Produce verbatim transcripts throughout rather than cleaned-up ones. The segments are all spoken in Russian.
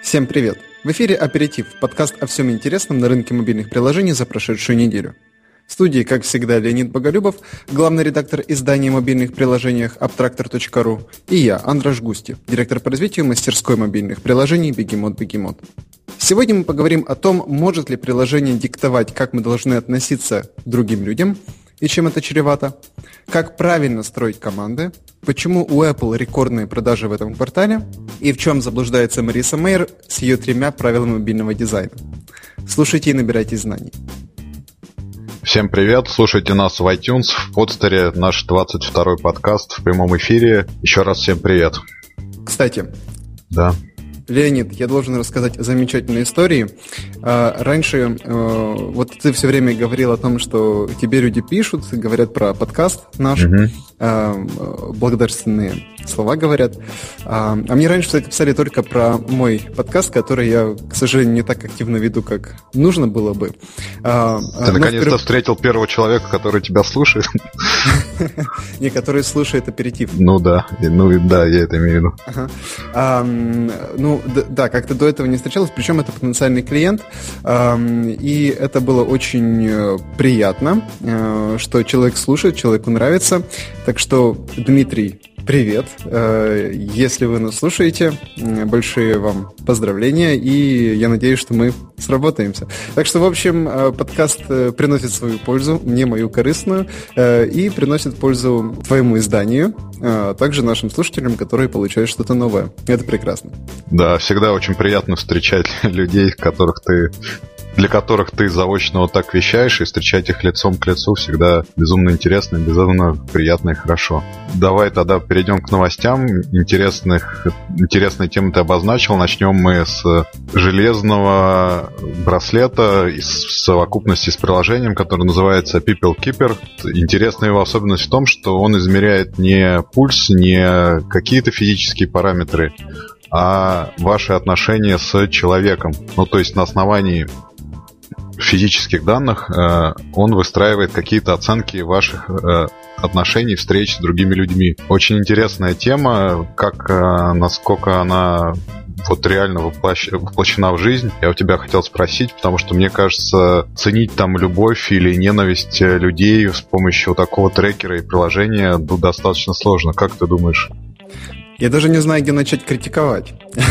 Всем привет! В эфире «Аперитив» – подкаст о всем интересном на рынке мобильных приложений за прошедшую неделю. В студии, как всегда, Леонид Боголюбов, главный редактор издания о мобильных приложениях абтрактор точка ру, и я, Андраш Густи, директор по развитию мастерской мобильных приложений Бегемот Бегемот. Сегодня мы поговорим о том, может ли приложение диктовать, как мы должны относиться к другим людям и чем это чревато, как правильно строить команды, почему у Apple рекордные продажи в этом квартале и в чем заблуждается Мариса Мейер с ее тремя правилами мобильного дизайна. Слушайте и набирайтесь знаний. Всем привет, слушайте нас в iTunes, в подстере, наш двадцать второй подкаст в прямом эфире. Еще раз всем привет. Кстати, да. Леонид, я должен рассказать замечательную историю. Раньше вот ты все время говорил о том, что тебе люди пишут, говорят про подкаст наш, угу. благодарственные слова говорят. А мне раньше, кстати, писали только про мой подкаст, который я, к сожалению, не так активно веду, как нужно было бы. Ты наконец-то вперв... встретил первого человека, который тебя слушает? Не, который слушает «Аперитив». Ну да, ну да, я это имею в виду. Ага. А, ну да, да, как-то до этого не встречалось, причем это потенциальный клиент, а, и это было очень приятно, а, что человек слушает, человеку нравится. Так что, Дмитрий, привет. Если вы нас слушаете, большие вам поздравления, и я надеюсь, что мы сработаемся. Так что, в общем, подкаст приносит свою пользу, мне мою корыстную, и приносит пользу твоему изданию, а также нашим слушателям, которые получают что-то новое. Это прекрасно. Да, всегда очень приятно встречать людей, которых ты... для которых ты заочно вот так вещаешь, и встречать их лицом к лицу всегда безумно интересно, безумно приятно и хорошо. Давай тогда перейдем к новостям. Интересных, интересные темы ты обозначил. Начнем мы с железного браслета в совокупности с приложением, которое называется People Keeper. Интересная его особенность в том, что он измеряет не пульс, не какие-то физические параметры, а ваши отношения с человеком. Ну, то есть на основании физических данных э, он выстраивает какие-то оценки ваших э, отношений, встреч с другими людьми. Очень интересная тема, как, э, насколько она вот реально воплощ... воплощена в жизнь. Я у тебя хотел спросить, потому что мне кажется, ценить там любовь или ненависть людей с помощью такого трекера и приложения ну, достаточно сложно. Как ты думаешь? Я даже не знаю, где начать критиковать.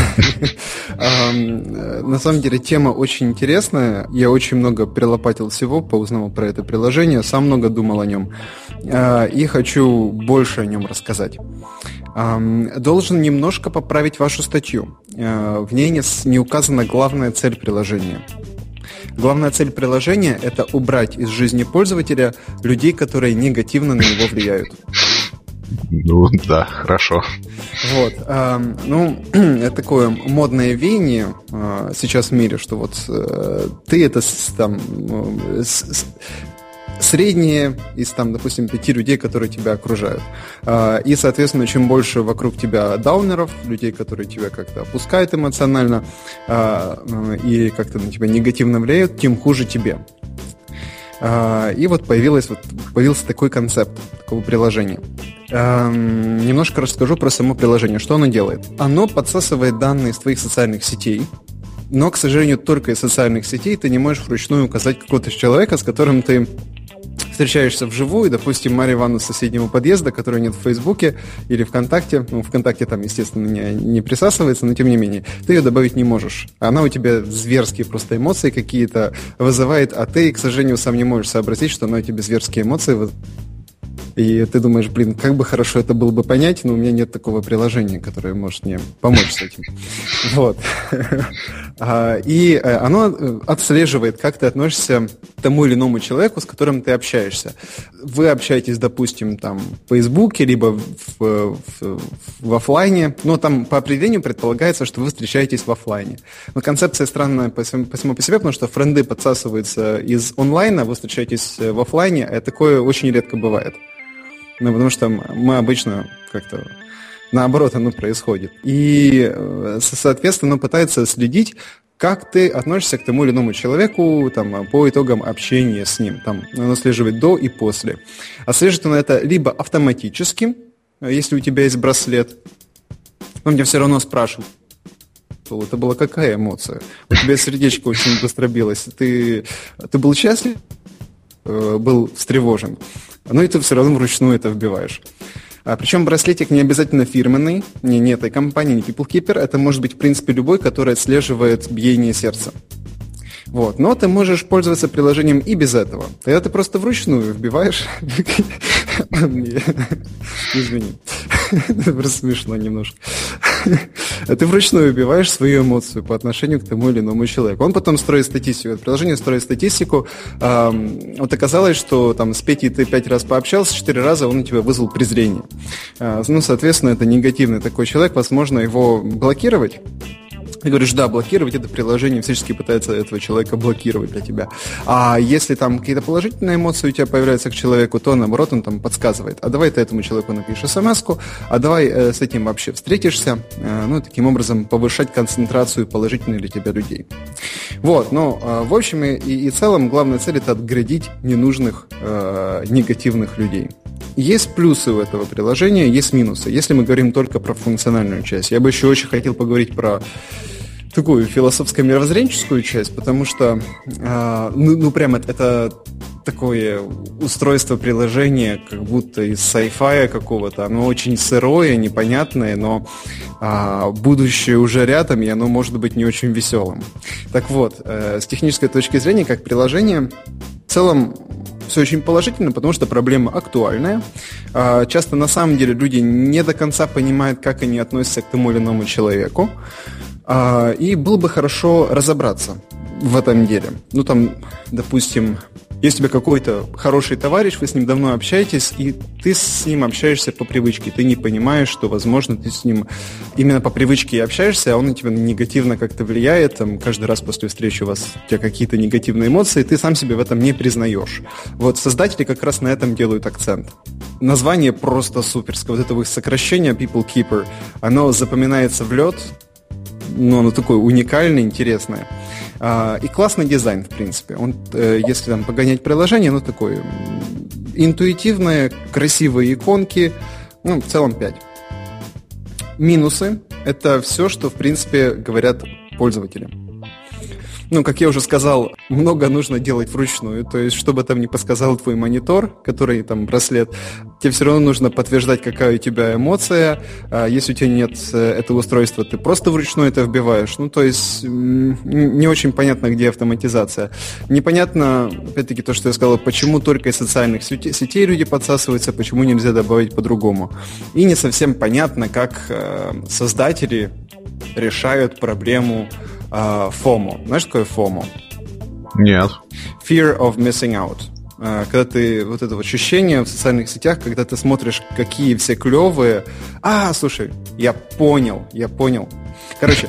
На самом деле тема очень интересная. Я очень много перелопатил всего, поузнал про это приложение, сам много думал о нем. И хочу больше о нем рассказать. Должен немножко поправить вашу статью. В ней не указана главная цель приложения. Главная цель приложения – это убрать из жизни пользователя людей, которые негативно на него влияют. Ну да, хорошо. Вот, э, ну, это такое модное веяние э, сейчас в мире, что вот э, ты это там э, с, среднее из, там, допустим, пяти людей, которые тебя окружают. Э, и, соответственно, чем больше вокруг тебя даунеров, людей, которые тебя как-то опускают эмоционально э, э, и как-то на тебя негативно влияют, тем хуже тебе. Uh, и вот, появилось, вот появился такой концепт, такого приложения. Uh, немножко расскажу про само приложение. Что оно делает? Оно подсасывает данные из твоих социальных сетей, но, к сожалению, только из социальных сетей ты не можешь вручную указать какого-то человека, с которым ты встречаешься вживую, допустим, Марья Ивановна с соседнего подъезда, которой нет в Фейсбуке или ВКонтакте. Ну, ВКонтакте там, естественно, не, не присасывается, но тем не менее, ты ее добавить не можешь. Она у тебя зверские просто эмоции какие-то вызывает, а ты, к сожалению, сам не можешь сообразить, что она у тебя зверские эмоции вызывает. И ты думаешь, блин, как бы хорошо это было бы понять, но у меня нет такого приложения, которое может мне помочь с этим. Вот. И оно отслеживает, как ты относишься к тому или иному человеку, с которым ты общаешься. Вы общаетесь, допустим, там в Фейсбуке, либо в, в, в, в офлайне, но там по определению предполагается, что вы встречаетесь в офлайне. Но концепция странная по самому по себе, потому что френды подсасываются из онлайна, вы встречаетесь в офлайне, а такое очень редко бывает. Ну, потому что мы обычно как-то наоборот оно происходит. И, соответственно, оно пытается следить, как ты относишься к тому или иному человеку там, по итогам общения с ним. Там, оно отслеживает до и после. Отслеживает оно это либо автоматически, если у тебя есть браслет, он тебя все равно спрашивает, почувствовал? Это была какая эмоция? У тебя сердечко очень быстро билось. Ты, ты был счастлив? Был встревожен? Ну и ты все равно вручную это вбиваешь. А, причем браслетик не обязательно фирменный, не, не этой компании, не PeopleKeeper. Это может быть, в принципе, любой, который отслеживает биение сердца. Вот. Но ты можешь пользоваться приложением и без этого. Тогда ты просто вручную вбиваешь... Извини. Это просто смешно немножко. Ты вручную вбиваешь свою эмоцию по отношению к тому или иному человеку. Он потом строит статистику. Приложение строит статистику. Вот оказалось, что там с Петей ты пять раз пообщался, четыре раза он у тебя вызвал презрение. Ну, соответственно, это негативный такой человек. Возможно, его блокировать. Ты говоришь, да, блокировать это приложение всячески пытается этого человека блокировать для тебя. А если там какие-то положительные эмоции у тебя появляются к человеку, то наоборот он там подсказывает. А давай ты этому человеку напишешь смс-ку, а давай э, с этим вообще встретишься. Э, ну, таким образом повышать концентрацию положительных для тебя людей. Вот, но э, в общем и, и целом главная цель это отградить ненужных э, негативных людей. Есть плюсы у этого приложения, есть минусы. Если мы говорим только про функциональную часть, я бы еще очень хотел поговорить про такую философско-мировоззренческую часть, потому что, э, ну, ну, прям это, это такое устройство приложения, как будто из sci-fi какого-то. Оно очень сырое, непонятное, но э, будущее уже рядом, и оно может быть не очень веселым. Так вот, э, с технической точки зрения, как приложение, в целом все очень положительно, потому что проблема актуальная. Э, часто на самом деле люди не до конца понимают, как они относятся к тому или иному человеку. И было бы хорошо разобраться в этом деле. Ну, там, допустим, есть у тебя какой-то хороший товарищ, вы с ним давно общаетесь, и ты с ним общаешься по привычке. Ты не понимаешь, что, возможно, ты с ним именно по привычке и общаешься, а он на тебя негативно как-то влияет. Там, каждый раз после встречи у вас у тебя какие-то негативные эмоции, и ты сам себе в этом не признаешь. Вот создатели как раз на этом делают акцент. Название просто суперское. Вот это их сокращение PeopleKeeper, оно запоминается в лед. Ну, оно такое уникальное, интересное. А, и классный дизайн, в принципе. Он, э, если там погонять приложение, оно такое интуитивное, красивые иконки. Ну, в целом пять. Минусы – это все, что, в принципе, говорят пользователи. Ну, как я уже сказал, много нужно делать вручную. То есть, что бы там ни подсказал твой монитор, который там браслет, тебе все равно нужно подтверждать, какая у тебя эмоция. А если у тебя нет этого устройства, ты просто вручную это вбиваешь. Ну, то есть, не очень понятно, где автоматизация. Непонятно, опять-таки, то, что я сказал, почему только из социальных сетей люди подсасываются, почему нельзя добавить по-другому. И не совсем понятно, как создатели решают проблему фомо. Знаешь, такое фомо? Нет. Fear of missing out. Когда ты, вот это вот ощущение в социальных сетях, когда ты смотришь, какие все клевые. А, слушай, я понял, я понял. Короче,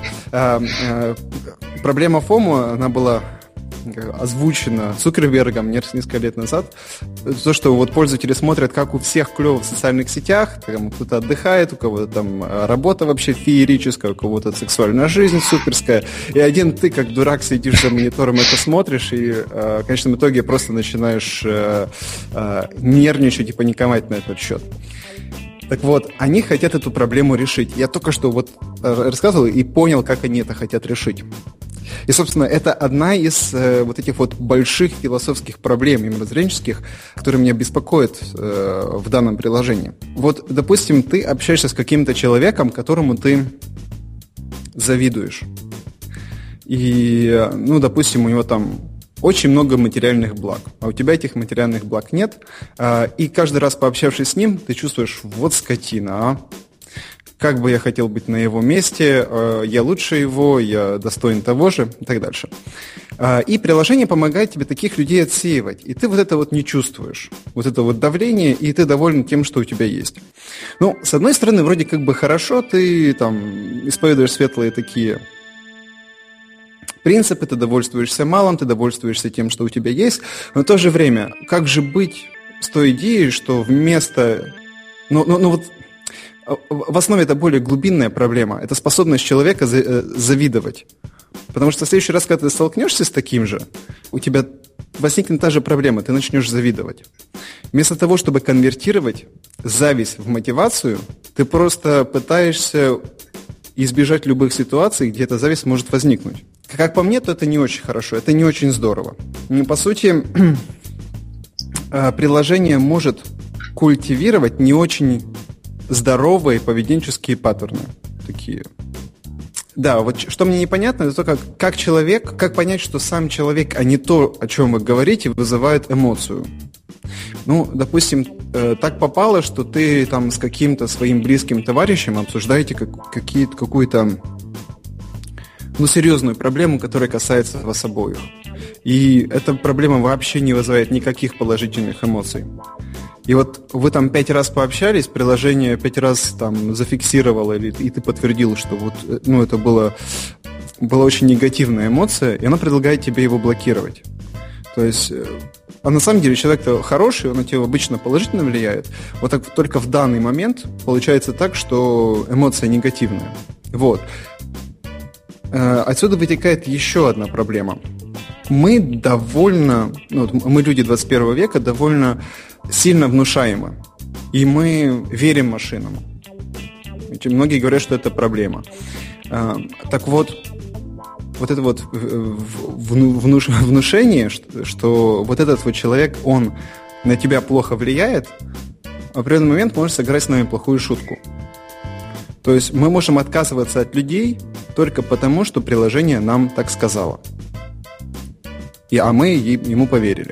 проблема фомо, она была озвучено Цукербергом несколько лет назад. То, что вот пользователи смотрят, как у всех клево в социальных сетях, там кто-то отдыхает, у кого-то там работа вообще феерическая, у кого-то сексуальная жизнь суперская, и один ты, как дурак, сидишь за монитором, это смотришь, и в конечном итоге просто начинаешь нервничать и паниковать на этот счет. Так вот, они хотят эту проблему решить. Я только что вот рассказывал и понял, как они это хотят решить. И, собственно, это одна из э, вот этих вот больших философских проблем мировоззренческих, которые меня беспокоят э, в данном приложении. Вот, допустим, ты общаешься с каким-то человеком, которому ты завидуешь. И, ну, допустим, у него там очень много материальных благ, а у тебя этих материальных благ нет. Э, и каждый раз, пообщавшись с ним, ты чувствуешь, вот скотина, а? Как бы я хотел быть на его месте, я лучше его, я достоин того же и так дальше. И приложение помогает тебе таких людей отсеивать. И ты вот это вот не чувствуешь. Вот это вот давление, и ты доволен тем, что у тебя есть. Ну, с одной стороны, вроде как бы хорошо, ты там исповедуешь светлые такие принципы, ты довольствуешься малым, ты довольствуешься тем, что у тебя есть. Но в то же время, как же быть с той идеей, что вместо... Ну, ну, ну вот... В основе это более глубинная проблема. Это способность человека завидовать. Потому что в следующий раз, когда ты столкнешься с таким же, у тебя возникнет та же проблема, ты начнешь завидовать. Вместо того, чтобы конвертировать зависть в мотивацию, ты просто пытаешься и избежать любых ситуаций, где эта зависть может возникнуть. Как по мне, то это не очень хорошо, это не очень здорово. И, по сути, приложение может культивировать не очень здоровые поведенческие паттерны. Такие. Да, вот что мне непонятно, это то, как, как человек, как понять, что сам человек, а не то, о чем вы говорите, вызывает эмоцию. Ну, допустим, э, так попало, что ты там с каким-то своим близким товарищем обсуждаете как, какие-то, какую-то ну, серьезную проблему, которая касается вас обоих. И эта проблема вообще не вызывает никаких положительных эмоций. И вот вы там пять раз пообщались, приложение пять раз там зафиксировало, и ты подтвердил, что вот, ну, это было, была очень негативная эмоция, и оно предлагает тебе его блокировать. То есть, а на самом деле человек-то хороший, он на тебя обычно положительно влияет. Вот так только в данный момент получается так, что эмоция негативная. Вот. Отсюда вытекает еще одна проблема. Мы довольно, ну, мы люди двадцать первого века, довольно сильно внушаемы. И мы верим машинам. И многие говорят, что это проблема. Так вот, вот это вот внуш... внушение, что, что вот этот вот человек, он на тебя плохо влияет, в определенный момент может сыграть с нами плохую шутку. То есть мы можем отказываться от людей только потому, что приложение нам так сказало. И, а мы ему поверили.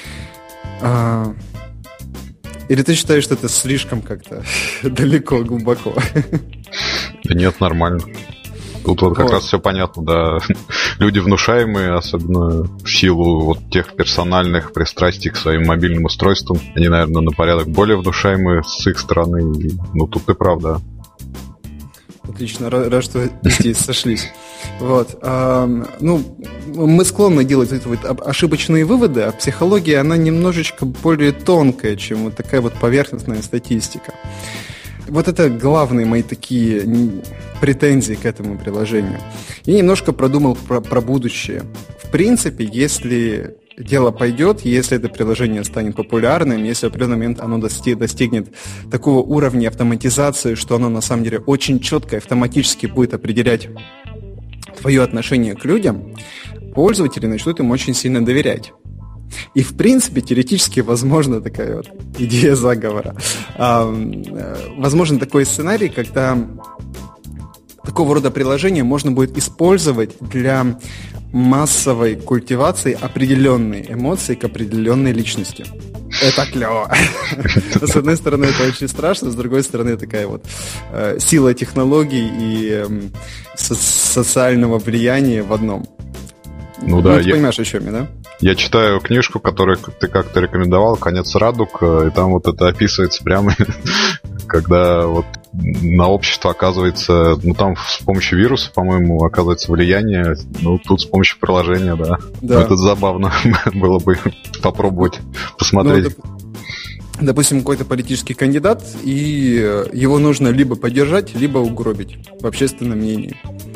А, или ты считаешь, что это слишком как-то далеко, глубоко? Да нет, нормально. Тут вот как вот. раз все понятно, да. Люди внушаемые, особенно в силу вот тех персональных пристрастий к своим мобильным устройствам, они, наверное, на порядок более внушаемые с их стороны. Ну, тут ты прав, да. Отлично, рад, рад, что здесь сошлись. Вот. А, ну, мы склонны делать эти вот ошибочные выводы, а психология, она немножечко более тонкая, чем вот такая вот поверхностная статистика. Вот это главные мои такие претензии к этому приложению. Я немножко продумал про, про будущее. В принципе, если дело пойдет, если это приложение станет популярным, если в определенный момент оно достиг, достигнет такого уровня автоматизации, что оно на самом деле очень четко и автоматически будет определять твое отношение к людям, пользователи начнут им очень сильно доверять. И, в принципе, теоретически возможна такая вот идея заговора. А, возможен такой сценарий, когда такого рода приложения можно будет использовать для массовой культивации определенной эмоции к определенной личности. Это клево. С одной стороны, это очень страшно, с другой стороны, такая вот э, сила технологий и э, со- социального влияния в одном. Ну да, ну, ты я... понимаешь, о чем я, да? Я читаю книжку, которую ты как-то рекомендовал, «Конец радуг», и там вот это описывается прямо, когда вот на общество оказывается, ну там с помощью вируса, по-моему, оказывается влияние, ну тут с помощью приложения, да. да. Это забавно было бы попробовать посмотреть. Ну, допустим, какой-то политический кандидат, и его нужно либо поддержать, либо угробить в общественном мнении.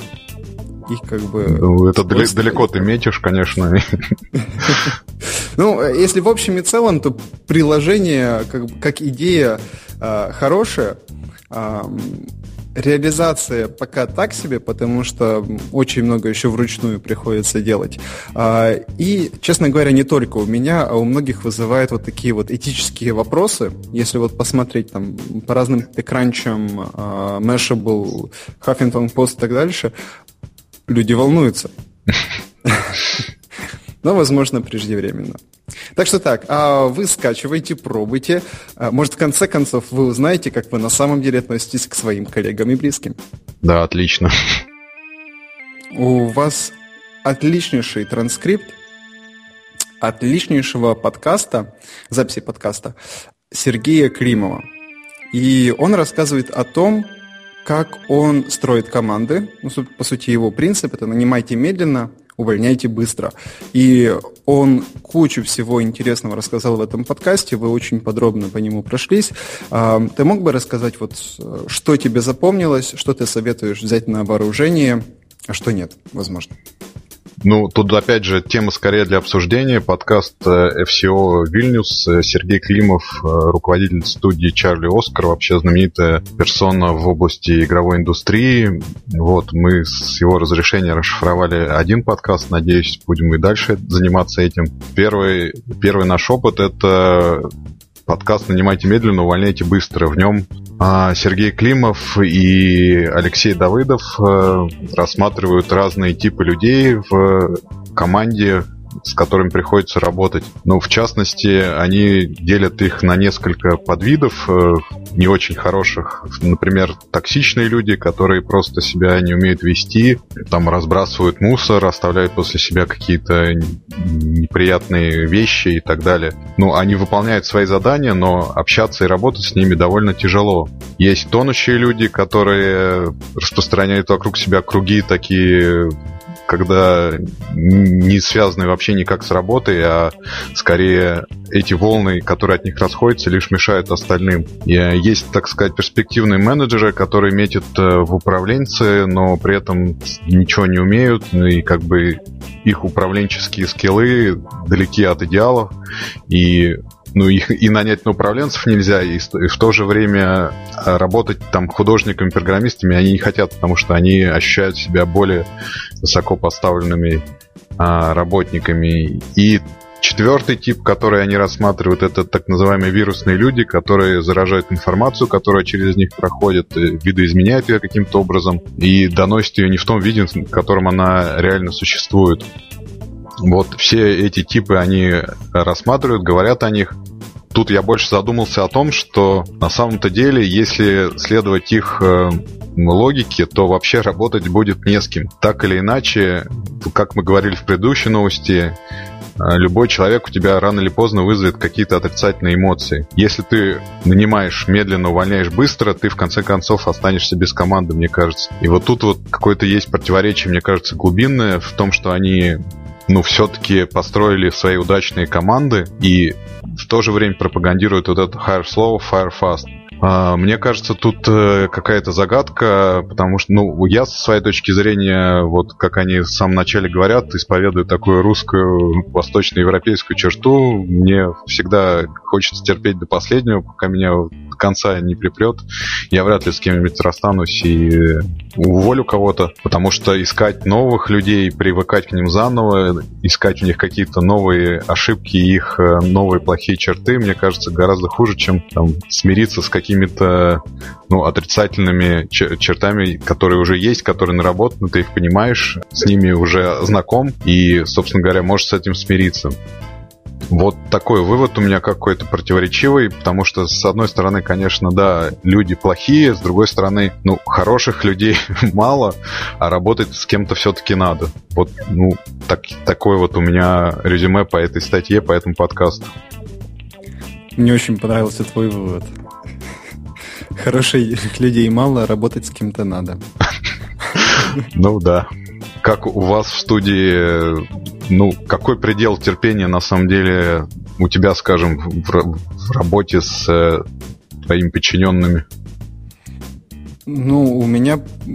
Их как бы... Ну, это просто... далеко ты метишь, конечно. Ну, если в общем и целом, то приложение как, как идея э, хорошая, э, реализация пока так себе, потому что очень много еще вручную приходится делать. Э, и, честно говоря, не только у меня, а у многих вызывает вот такие вот этические вопросы. Если вот посмотреть там по разным экранчам, э, Mashable, Huffington Post и так дальше, люди волнуются. Но, возможно, преждевременно. Так что так, а вы скачивайте, пробуйте. Может, в конце концов, вы узнаете, как вы на самом деле относитесь к своим коллегам и близким. Да, отлично. У вас отличнейший транскрипт отличнейшего подкаста, записи подкаста Сергея Климова. И он рассказывает о том, как он строит команды. Ну, по сути, его принцип – это нанимайте медленно, увольняйте быстро. И он кучу всего интересного рассказал в этом подкасте, вы очень подробно по нему прошлись. Ты мог бы рассказать, вот, что тебе запомнилось, что ты советуешь взять на вооружение, а что нет, возможно? Ну, тут, опять же, тема скорее для обсуждения. Подкаст эф си о Вильнюс. Сергей Климов, руководитель студии Чарли Оскар, вообще знаменитая персона в области игровой индустрии. Вот, мы с его разрешения расшифровали один подкаст. Надеюсь, будем и дальше заниматься этим. Первый, первый наш опыт — это подкаст «Нанимайте медленно, увольняйте быстро». В нем Сергей Климов и Алексей Давыдов рассматривают разные типы людей в команде, с которыми приходится работать. Ну, в частности, они делят их на несколько подвидов, не очень хороших. Например, токсичные люди, которые просто себя не умеют вести, там разбрасывают мусор, оставляют после себя какие-то неприятные вещи и так далее. Ну, они выполняют свои задания, но общаться и работать с ними довольно тяжело. Есть тонущие люди, которые распространяют вокруг себя круги такие, когда не связаны вообще никак с работой, а скорее эти волны, которые от них расходятся, лишь мешают остальным. И есть, так сказать, перспективные менеджеры, которые метят в управленцы, но при этом ничего не умеют, и как бы их управленческие скиллы далеки от идеалов, и ну, их и нанять на управленцев нельзя, и, и в то же время работать там художниками, программистами они не хотят, потому что они ощущают себя более высоко поставленными а, работниками. И четвертый тип, который они рассматривают, это так называемые вирусные люди, которые заражают информацию, которая через них проходит, видоизменяют ее каким-то образом и доносят ее не в том виде, в котором она реально существует. Вот все эти типы они рассматривают, говорят о них. Тут я больше задумался о том, что на самом-то деле, если следовать их э, логике, то вообще работать будет не с кем. Так или иначе, как мы говорили в предыдущей новости, э, любой человек у тебя рано или поздно вызовет какие-то отрицательные эмоции. Если ты нанимаешь медленно, увольняешь быстро, ты в конце концов останешься без команды, мне кажется. И вот тут вот какое-то есть противоречие, мне кажется, глубинное в том, что они... ну, все-таки построили свои удачные команды и в то же время пропагандируют вот это hire slow, fire fast. Мне кажется, тут какая-то загадка, потому что, ну, я со своей точки зрения, вот как они в самом начале говорят, исповедую такую русскую, восточноевропейскую черту. Мне всегда хочется терпеть до последнего, пока меня до конца не припрет. Я вряд ли с кем-нибудь расстанусь и уволю кого-то, потому что искать новых людей, привыкать к ним заново, искать у них какие-то новые ошибки, их новые плохие черты, мне кажется, гораздо хуже, чем там, смириться с какими какими-то ну, отрицательными чертами, которые уже есть, которые наработаны, ты их понимаешь, с ними уже знаком и, собственно говоря, можешь с этим смириться. Вот такой вывод у меня какой-то противоречивый, потому что, с одной стороны, конечно, да, люди плохие, с другой стороны, ну, хороших людей мало, а работать с кем-то все-таки надо. Вот, ну, так, такое вот у меня резюме по этой статье, по этому подкасту. Мне очень понравился твой вывод. Хороших людей мало, работать с кем-то надо. Ну да. Как у вас в студии, ну, какой предел терпения на самом деле у тебя, скажем, в, в работе с э, твоими подчиненными? Ну, у меня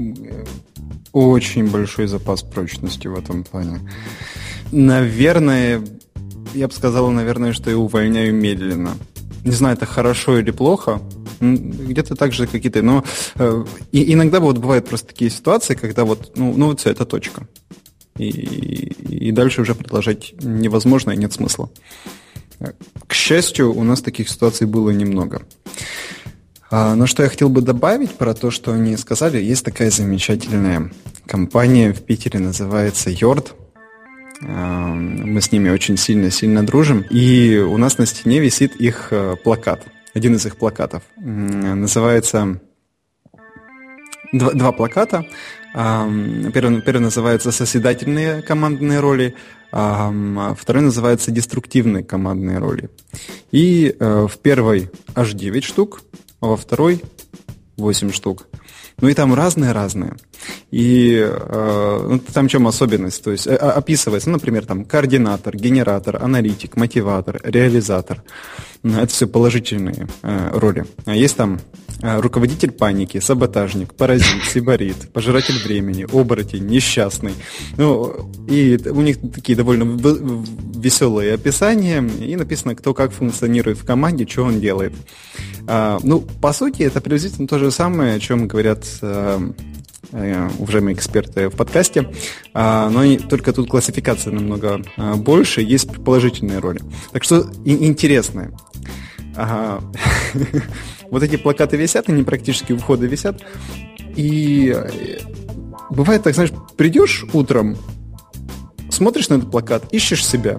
очень большой запас прочности в этом плане. Наверное, я бы сказал, наверное, что я увольняю медленно. Не знаю, это хорошо или плохо. Где-то так же какие-то, но э, и иногда вот бывают просто такие ситуации, когда вот, ну, ну вот все, это точка. И, и дальше уже продолжать невозможно и нет смысла. К счастью, у нас таких ситуаций было немного. А, но что я хотел бы добавить про то, что они сказали, есть такая замечательная компания в Питере, называется Йорд. А, мы с ними очень сильно-сильно дружим. И у нас на стене висит их плакат. Один из их плакатов. Называется... Два, два плаката. Первый, первый называется «Созидательные командные роли», а второй называется «Деструктивные командные роли». И в первой аж девять штук, а во второй восемь штук. Ну и там разные-разные. И ну, там в чем особенность? То есть описывается, ну, например, там координатор, генератор, аналитик, мотиватор, реализатор. Это все положительные э, роли. А есть там руководитель паники, саботажник, паразит, сибарит, пожиратель времени, оборотень, несчастный. Ну, и у них такие довольно веселые описания, и написано, кто как функционирует в команде, что он делает. А, ну, по сути, это приблизительно то же самое, о чем говорят а, а, уважаемые эксперты в подкасте, а, но они, только тут классификация намного а, больше, есть положительные роли. Так что и, интересно. Ага. Вот эти плакаты висят, они практически у входа висят. И бывает так, знаешь, придешь утром, смотришь на этот плакат, ищешь себя,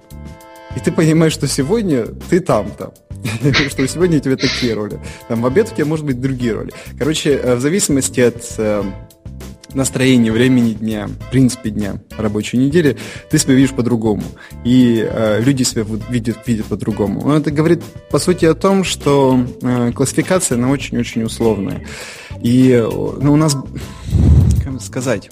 и ты понимаешь, что сегодня ты там-то. Что сегодня у тебя такие роли. Там в обед у тебя, может быть, другие роли. Короче, в зависимости от настроения, времени дня, в принципе дня, рабочей недели, ты себя видишь по-другому. И э, люди себя видят, видят по-другому. Но это говорит, по сути, о том, что э, классификация, она очень-очень условная. И ну, у нас, как сказать,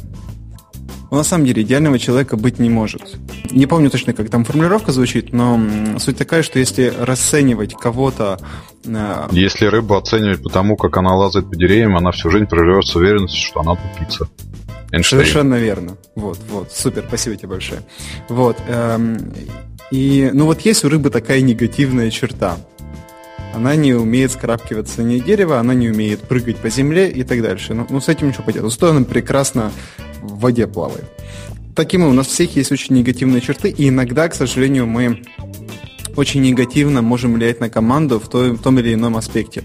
на самом деле идеального человека быть не может. Не помню точно, как там формулировка звучит, но суть такая, что если расценивать кого-то... Э... Если рыбу оценивать по тому, как она лазает по деревьям, она всю жизнь проживет с уверенностью, что она тупица. Эйнштейн. Совершенно верно. Вот, вот, супер, спасибо тебе большое. Вот, эм, и, ну вот есть у рыбы такая негативная черта. Она не умеет скарабкиваться на дерево, она не умеет прыгать по земле и так дальше. Ну, ну с этим ничего поделать. Зато она прекрасно в воде плавает. Таким у нас всех есть очень негативные черты, и иногда, к сожалению, мы очень негативно можем влиять на команду в том, в том или ином аспекте.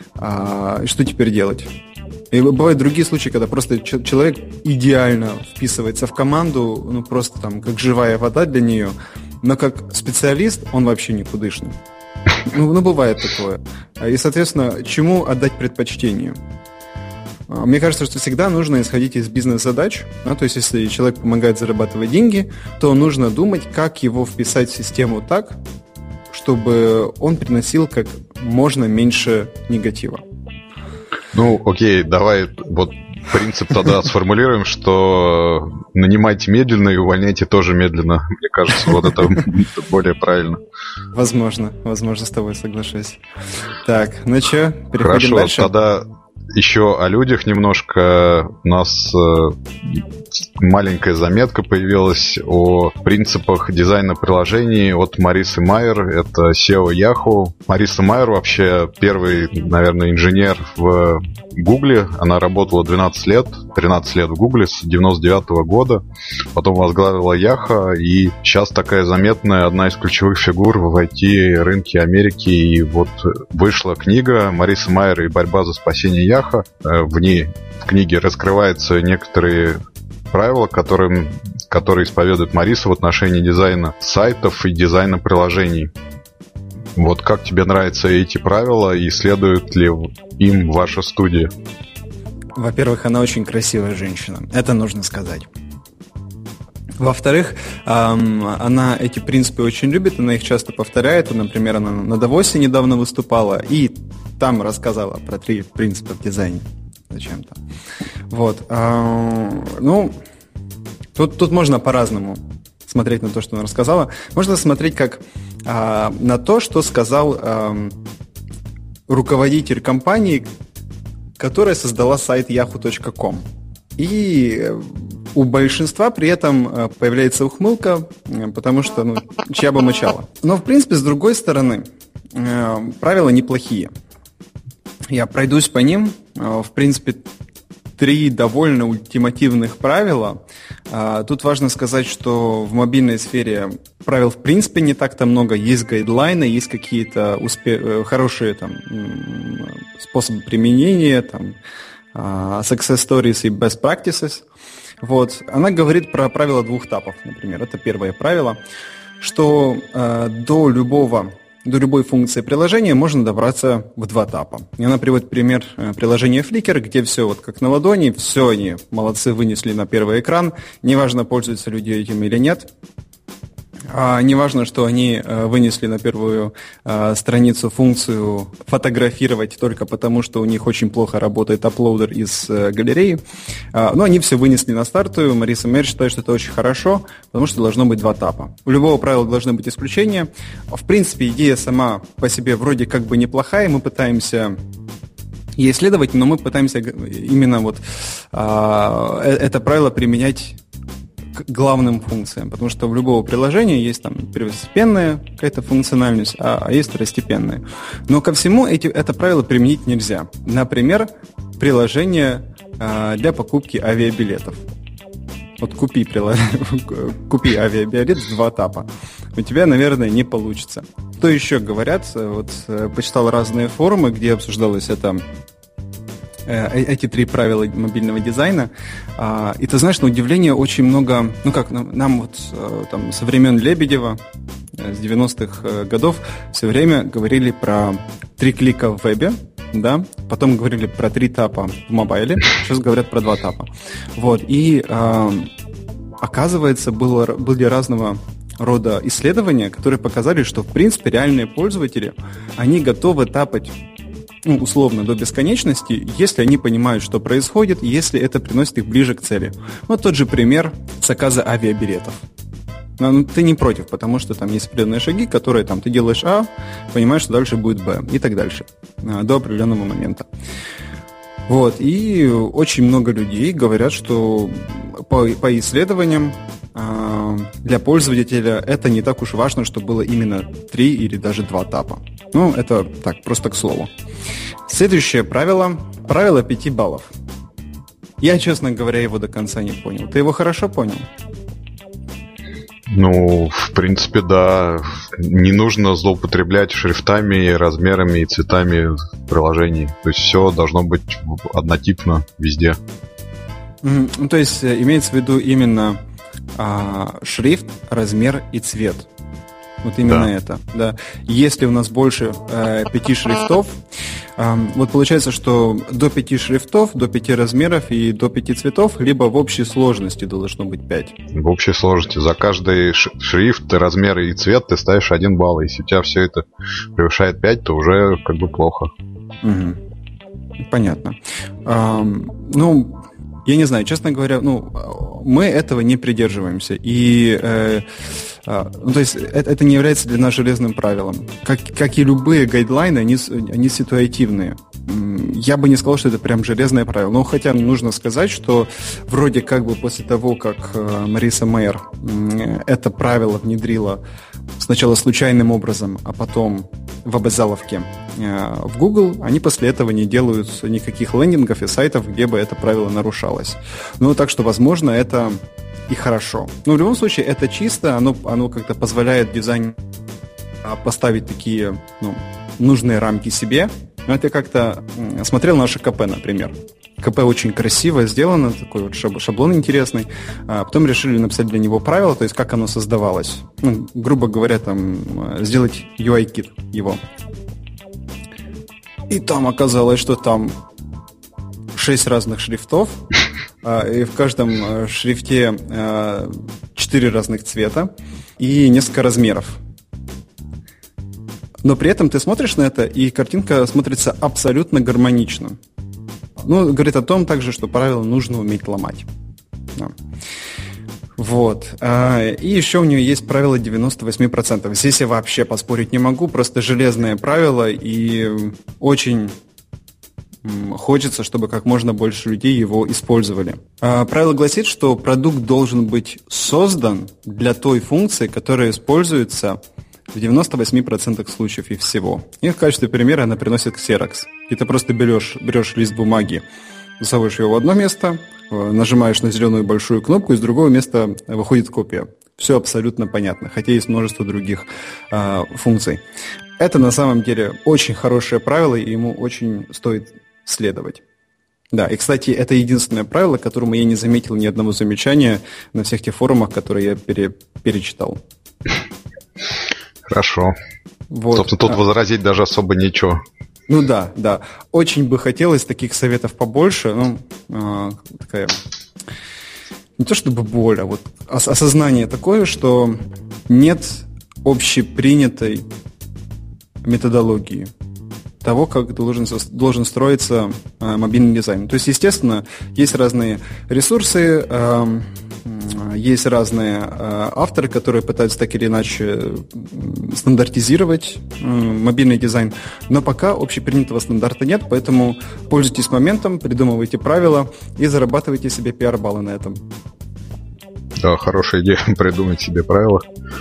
А, что теперь делать? И бывают другие случаи, когда просто человек идеально вписывается в команду, ну просто там как живая вода для нее, но как специалист он вообще никудышный. Ну, ну бывает такое. И, соответственно, чему отдать предпочтение? Мне кажется, что всегда нужно исходить из бизнес-задач. Да, то есть, если человек помогает зарабатывать деньги, то нужно думать, как его вписать в систему так, чтобы он приносил как можно меньше негатива. Ну, окей, давай вот принцип тогда сформулируем, что нанимайте медленно и увольняйте тоже медленно. Мне кажется, вот это более правильно. Возможно, возможно, с тобой соглашусь. Так, ну что, переходим Хорошо, дальше? Хорошо, тогда еще о людях немножко. У нас маленькая заметка появилась о принципах дизайна приложений от Марисы Майер. Это си и о Yahoo. Мариса Майер вообще первый, наверное, инженер в Гугле. Она работала двенадцать лет, тринадцать лет в Гугле с девяносто девятого года. Потом возглавила Yahoo. И сейчас такая заметная, одна из ключевых фигур в ай ти-рынке Америки. И вот вышла книга Марисы Майер и борьба за спасение Yahoo. В ней, в книге, раскрываются некоторые правила, которым, которые исповедует Мариса в отношении дизайна сайтов и дизайна приложений. Вот как тебе нравятся эти правила и следует ли им ваша студия? Во-первых, она очень красивая женщина. Это нужно сказать. Во-вторых, эм, она эти принципы очень любит, она их часто повторяет. Например, она на Давосе недавно выступала и там рассказала про три принципа в дизайне. Зачем-то. Вот. Эм, ну, тут, тут можно по-разному смотреть на то, что она рассказала. Можно смотреть как э, на то, что сказал э, руководитель компании, которая создала сайт яху точка ком. И у большинства при этом появляется ухмылка, потому что, ну, чья бы мычала. Но, в принципе, с другой стороны, правила неплохие. Я пройдусь по ним. В принципе, три довольно ультимативных правила. Тут важно сказать, что в мобильной сфере правил в принципе не так-то много. Есть гайдлайны, есть какие-то успе- хорошие там, способы применения, там, success stories и best practices. Вот. Она говорит про правило двух этапов, например. Это первое правило, что э, до любого, до любой функции приложения можно добраться в два этапа. И она приводит пример э, приложения Flickr, где все вот как на ладони, все они молодцы вынесли на первый экран. Неважно, пользуются люди этим или нет. А неважно, что они э, вынесли на первую э, страницу функцию фотографировать только потому, что у них очень плохо работает апплоудер из э, галереи. Э, но они все вынесли на стартовую. Мариса Майер считает, что это очень хорошо, потому что должно быть два этапа. У любого правила должны быть исключения. В принципе, идея сама по себе вроде как бы неплохая. Мы пытаемся и исследовать, но мы пытаемся именно вот а, это правило применять к главным функциям, потому что в любого приложения есть там первостепенная какая-то функциональность, а, а есть второстепенная. Но ко всему эти, это правило применить нельзя. Например, приложение а, для покупки авиабилетов. Вот купи, прилож... купи авиабилет с два тапа. У тебя, наверное, не получится. Что еще говорят? Вот почитал разные форумы, где обсуждалось это, эти три правила мобильного дизайна. И ты знаешь, на удивление очень много, ну как, нам вот там со времен Лебедева, с девяностых годов, все время говорили про три клика в вебе, да, потом говорили про три тапа в мобайле, сейчас говорят про два тапа. Вот, и э, оказывается, было, были разного рода исследования, которые показали, что, в принципе, реальные пользователи, они готовы тапать, ну, условно, до бесконечности, если они понимают, что происходит, если это приносит их ближе к цели. Вот тот же пример заказа авиабилетов. Ну, ты не против, потому что там есть определенные шаги, которые там ты делаешь А, понимаешь, что дальше будет Б, и так дальше, до определенного момента. Вот, и очень много людей говорят, что по, по исследованиям для пользователя это не так уж важно, что было именно три или даже два тапа. Ну, это так, просто к слову. Следующее правило, правило пяти баллов. Я, честно говоря, его до конца не понял. Ты его хорошо понял? Ну, в принципе, да. Не нужно злоупотреблять шрифтами, размерами и цветами в приложении. То есть все должно быть однотипно везде. Mm, ну, то есть имеется в виду именно а, шрифт, размер и цвет. Вот именно да. это. Да. Если у нас больше э, пяти шрифтов, э, вот получается, что до пяти шрифтов, до пяти размеров и до пяти цветов, либо в общей сложности должно быть пять. В общей сложности. За каждый шрифт, размер и цвет ты ставишь один балл. Если у тебя все это превышает пять, то уже как бы плохо. Угу. Понятно. А, ну, я не знаю, честно говоря, ну, мы этого не придерживаемся. И э, Ну, то есть это, это не является для нас железным правилом. Как, как и любые гайдлайны, они, они ситуативные. Я бы не сказал, что это прям железное правило. Но хотя нужно сказать, что вроде как бы после того, как Мариса Мейер это правило внедрила сначала случайным образом, а потом в обязаловке в Google, они после этого не делают никаких лендингов и сайтов, где бы это правило нарушалось. Ну, так что, возможно, это и хорошо. Но в любом случае, это чисто, оно, оно как-то позволяет дизайнеру поставить такие, ну, нужные рамки себе. Ну, это как-то смотрел наше КП, например. КП очень красиво сделано, такой вот шаблон интересный. А потом решили написать для него правила, то есть как оно создавалось. Ну, грубо говоря, там, сделать ю ай-кит его. И там оказалось, что там шесть разных шрифтов, и в каждом шрифте четыре разных цвета и несколько размеров. Но при этом ты смотришь на это, и картинка смотрится абсолютно гармонично. Ну, говорит о том также, что правила нужно уметь ломать. Да. Вот. И еще у нее есть правило девяносто восемь процентов. Здесь я вообще поспорить не могу, просто железное правило, и очень хочется, чтобы как можно больше людей его использовали. Правило гласит, что продукт должен быть создан для той функции, которая используется в девяносто восемь процентов случаев и всего. И в качестве примера она приносит Xerox. И ты просто берешь, берешь лист бумаги, засовываешь его в одно место, нажимаешь на зеленую большую кнопку, и с другого места выходит копия. Все абсолютно понятно, хотя есть множество других э, функций. Это на самом деле очень хорошее правило, и ему очень стоит следовать. Да, и, кстати, это единственное правило, которому я не заметил ни одного замечания на всех тех форумах, которые я пере, перечитал. Хорошо. Вот. Собственно, тут возразить даже особо нечего. Ну да, да. Очень бы хотелось таких советов побольше. Ну, э, такая... Не то чтобы боль, а вот осознание такое, что нет общепринятой методологии того, как должен, должен строиться э, мобильный дизайн. То есть, естественно, есть разные ресурсы, э, Есть разные авторы, которые пытаются так или иначе стандартизировать мобильный дизайн, но пока общепринятого стандарта нет, поэтому пользуйтесь моментом, придумывайте правила и зарабатывайте себе пиар-баллы на этом. Да, хорошая идея придумать себе правила.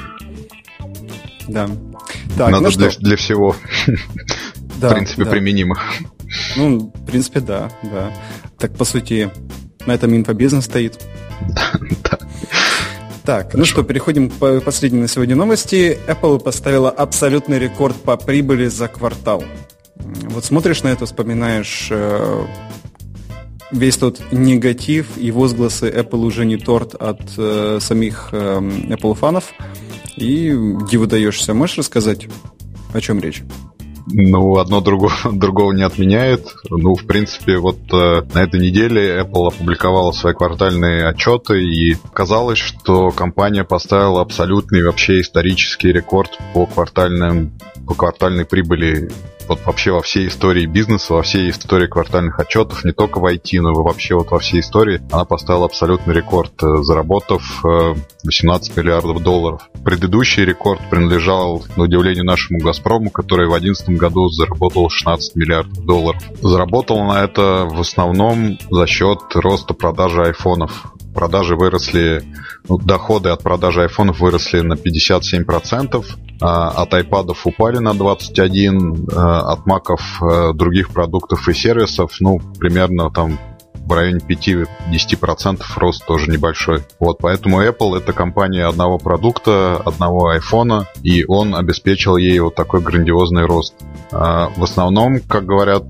Да. Так, Надо ну для, что? для всего. Да, в принципе, да. применимо. Ну, в принципе, да, да. Так, по сути, на этом инфобизнес стоит. Да. Так, Хорошо. Ну что, переходим к последней на сегодня новости. Apple поставила абсолютный рекорд по прибыли за квартал. Вот смотришь на это, вспоминаешь э, весь тот негатив и возгласы Apple уже не торт от э, самих э, Apple фанов, и диву даешься. Можешь рассказать, о чем речь? Ну, одно другого, другого не отменяет. Ну, в принципе, вот э, на этой неделе Apple опубликовала свои квартальные отчеты, и казалось, что компания поставила абсолютный вообще исторический рекорд по квартальным, по квартальной прибыли. Вот вообще во всей истории бизнеса, во всей истории квартальных отчетов, не только в ай ти, но и вообще вот во всей истории, она поставила абсолютный рекорд, заработав восемнадцать миллиардов долларов. Предыдущий рекорд принадлежал, на удивление, нашему «Газпрому», который в две тысячи одиннадцатом году заработал шестнадцать миллиардов долларов. Заработал на это в основном за счет роста продажи айфонов. Продажи выросли, ну, доходы от продажи айфонов выросли на пятьдесят семь процентов, а от айпадов упали на двадцать один процент, а от маков, других продуктов и сервисов, ну, примерно там в районе пять-десять процентов рост тоже небольшой. Вот, поэтому Apple — это компания одного продукта, одного айфона, и он обеспечил ей вот такой грандиозный рост. А в основном, как говорят,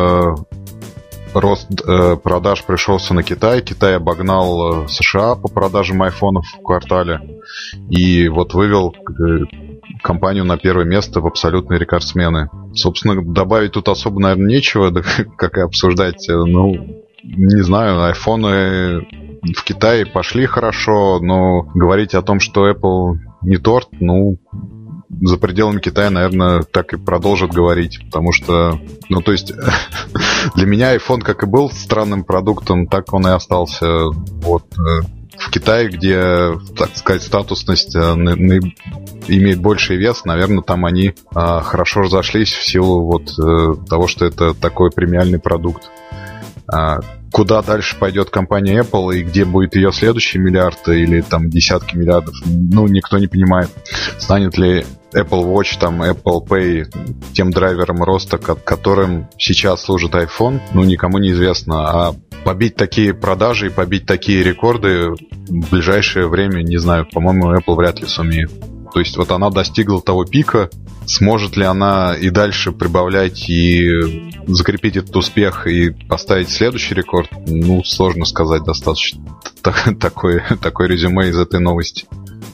рост э, продаж пришелся на Китай. Китай обогнал э, США по продажам айфонов в квартале и вот вывел э, компанию на первое место в абсолютные рекордсмены. Собственно, добавить тут особо, наверное, нечего, да, как и обсуждать. Ну, не знаю, айфоны в Китае пошли хорошо, но говорить о том, что Apple не торт, ну... за пределами Китая, наверное, так и продолжат говорить, потому что, ну, то есть, для меня iPhone как и был странным продуктом, так он и остался. Вот в Китае, где, так сказать, статусность имеет больший вес, наверное, там они хорошо разошлись в силу вот того, что это такой премиальный продукт. Куда дальше пойдет компания Apple и где будет ее следующий миллиард или там десятки миллиардов, ну, никто не понимает. Станет ли Apple Watch, там, Apple Pay тем драйвером роста, которым сейчас служит iPhone, ну, никому не известно. А побить такие продажи и побить такие рекорды в ближайшее время, не знаю, по-моему, Apple вряд ли сумеет. То есть вот она достигла того пика, сможет ли она и дальше прибавлять и закрепить этот успех и поставить следующий рекорд, ну, сложно сказать, достаточно такое, такое резюме из этой новости.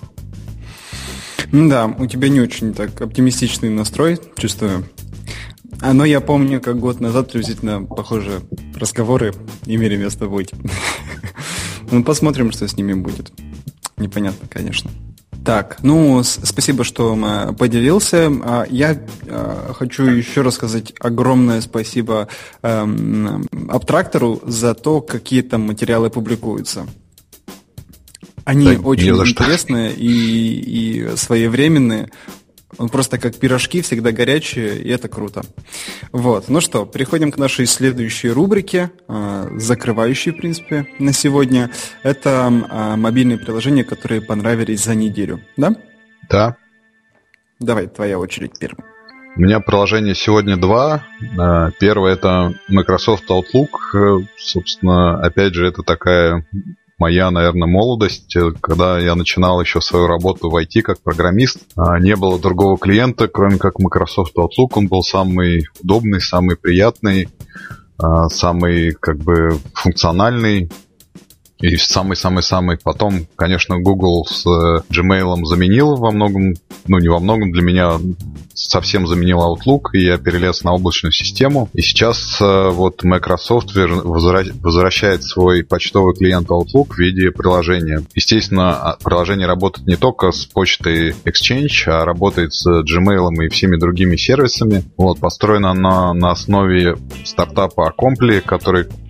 Да, у тебя не очень так оптимистичный настрой, чувствую. Но я помню, как год назад приблизительно похожие разговоры имели место быть. Ну, посмотрим, что с ними будет. Непонятно, конечно. Так, ну, с- спасибо, что э, поделился. А, я э, хочу еще раз сказать огромное спасибо э, Аптрактору за то, какие там материалы публикуются. Они Да, очень не за что. интересные и, и своевременные. Он просто как пирожки, всегда горячие, и это круто. Вот. Ну что, переходим к нашей следующей рубрике, э, закрывающей, в принципе, на сегодня. Это э, мобильные приложения, которые понравились за неделю. Да? Да. Давай, твоя очередь первым. У меня приложение сегодня два. Э, Первое — это Microsoft Outlook. Э, Собственно, опять же, это такая моя, наверное, молодость. Э, Когда я начинал еще свою работу в ай ти как программист, э, не было другого клиента, кроме как Microsoft Outlook. Он был самый удобный, самый приятный, э, самый, как бы, функциональный. И самый-самый-самый. Потом, конечно, Google с э, Gmail заменил во многом, ну не во многом, для меня совсем заменил Outlook, и я перелез на облачную систему. И сейчас э, вот Microsoft вер- возвра- возвращает свой почтовый клиент Outlook в виде приложения. Естественно, приложение работает не только с почтой Exchange, а работает с Gmail и всеми другими сервисами. Вот, построено оно на основе стартапа Acompli, который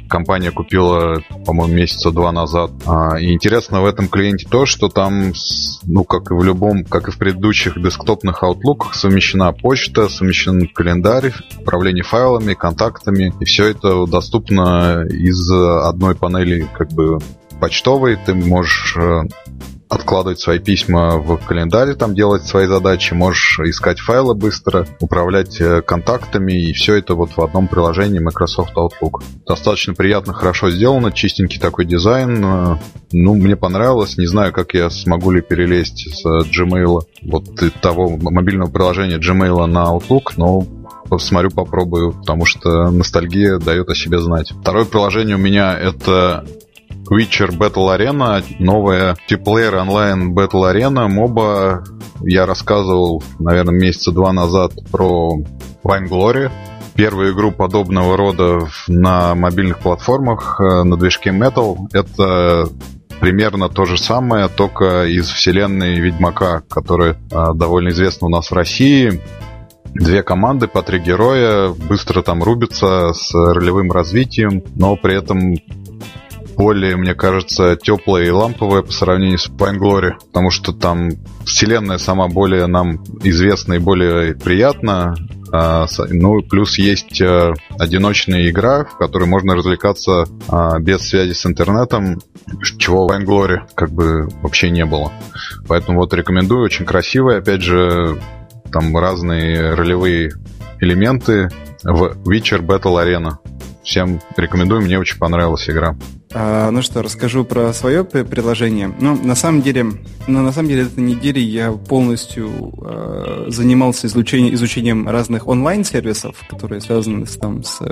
компания купила, по-моему, месяца два назад. И интересно в этом клиенте то, что там, ну, как и в любом, как и в предыдущих десктопных Outlook'ах, совмещена почта, совмещен календарь, управление файлами, контактами, и все это доступно из одной панели, как бы, почтовой. Ты можешь откладывать свои письма в календарь, там делать свои задачи, можешь искать файлы быстро, управлять контактами, и все это вот в одном приложении Microsoft Outlook. Достаточно приятно, хорошо сделано, чистенький такой дизайн. Ну, мне понравилось. Не знаю, как я смогу ли перелезть с Gmail, вот того мобильного приложения Gmail на Outlook, но посмотрю, попробую, потому что ностальгия дает о себе знать. Второе приложение у меня это Witcher Battle Arena, новая Multiplayer Online Battle Arena, моба. Я рассказывал, наверное, месяца два назад про Vainglory, первую игру подобного рода на мобильных платформах на движке Metal. Это примерно то же самое, только из вселенной Ведьмака, которая а, довольно известна у нас в России. Две команды по три героя, быстро там рубятся с ролевым развитием, но при этом более, мне кажется, теплая и ламповая по сравнению с Vainglory, потому что там вселенная сама более нам известна и более приятна. А, ну, плюс есть а, одиночная игра, в которой можно развлекаться а, без связи с интернетом, чего в Vainglory как бы вообще не было. Поэтому вот рекомендую, очень красивая, опять же, там разные ролевые элементы в Witcher Battle Arena. Всем рекомендую, мне очень понравилась игра. А, ну что, расскажу про свое приложение. Ну, на самом деле, ну, на самом деле, этой неделе я полностью э, занимался изучением, изучением разных онлайн-сервисов, которые связаны с, там, с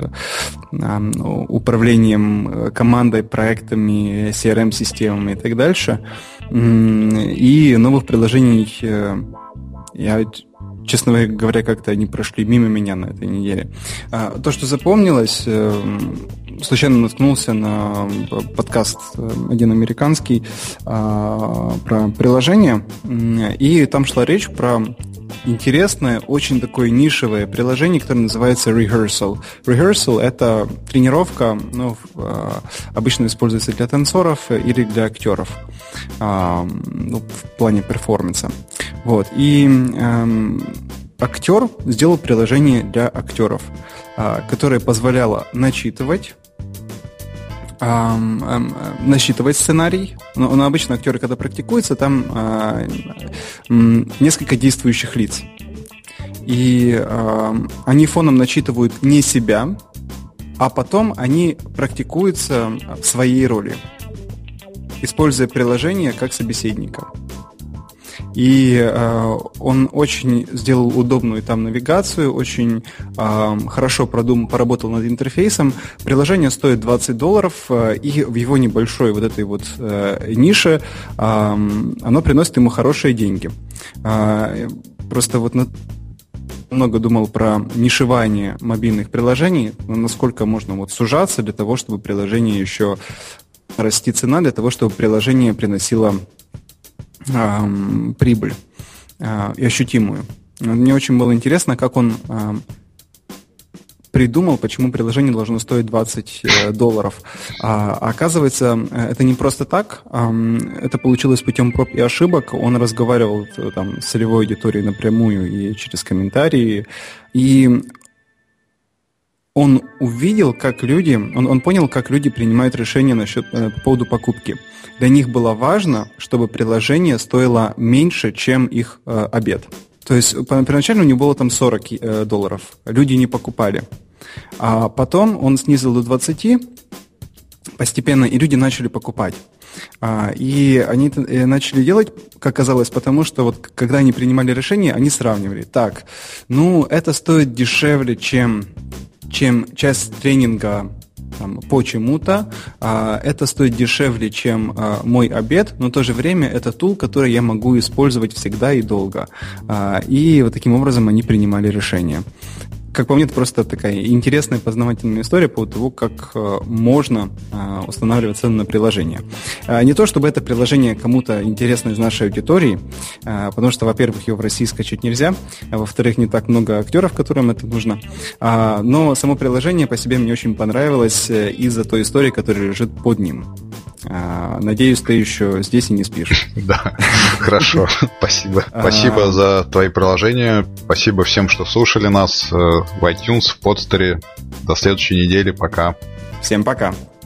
э, управлением командой, проектами, си ар эм-системами и так дальше. И новых приложений э, я... Честно говоря, как-то они прошли мимо меня на этой неделе. А, то, что запомнилось, э, случайно наткнулся на подкаст один американский а, про приложение, и там шла речь про интересное, очень такое нишевое приложение, которое называется Rehearsal. Rehearsal — это тренировка, ну, обычно используется для танцоров или для актеров, ну, в плане перформанса. Вот. И эм, актер сделал приложение для актеров, э, которое позволяло начитывать эм, эм, насчитывать сценарий. Но, но обычно актеры, когда практикуются, там э, э, несколько действующих лиц. И э, они фоном начитывают не себя, а потом они практикуются в своей роли, используя приложение как собеседника. И э, он очень сделал удобную там навигацию, очень э, хорошо продум, поработал над интерфейсом. Приложение стоит двадцать долларов, э, и в его небольшой вот этой вот э, нише э, оно приносит ему хорошие деньги. Э, просто вот на... много думал про нишевание мобильных приложений, насколько можно вот сужаться для того, чтобы приложение еще расти цена, для того, чтобы приложение приносило прибыль и ощутимую. Мне очень было интересно, как он придумал, почему приложение должно стоить двадцать долларов. А, оказывается, это не просто так. Это получилось путем проб и ошибок. Он разговаривал там с целевой аудиторией напрямую и через комментарии. И он увидел, как люди, он, он понял, как люди принимают решения насчет, по поводу покупки. Для них было важно, чтобы приложение стоило меньше, чем их э, обед. То есть первоначально у него было там сорок э, долларов. Люди не покупали. А потом он снизил до двадцати постепенно, и люди начали покупать. А, и они начали делать, как казалось, потому что вот когда они принимали решение, они сравнивали. Так, ну это стоит дешевле, чем, чем часть тренинга там, по чему-то, а, это стоит дешевле, чем а, мой обед, но в то же время это тул, который я могу использовать всегда и долго. А, и вот таким образом они принимали решения. как по мне, это просто такая интересная познавательная история по того, как можно устанавливать цену на приложение. Не то, чтобы это приложение кому-то интересно из нашей аудитории, потому что, во-первых, его в России скачать нельзя, а во-вторых, не так много актеров, которым это нужно. Но само приложение по себе мне очень понравилось из-за той истории, которая лежит под ним. Надеюсь, ты еще здесь и не спишь. Да, хорошо, спасибо. Спасибо за твои приложения, спасибо всем, что слушали нас в iTunes, в Подстере. До следующей недели, пока. Всем пока.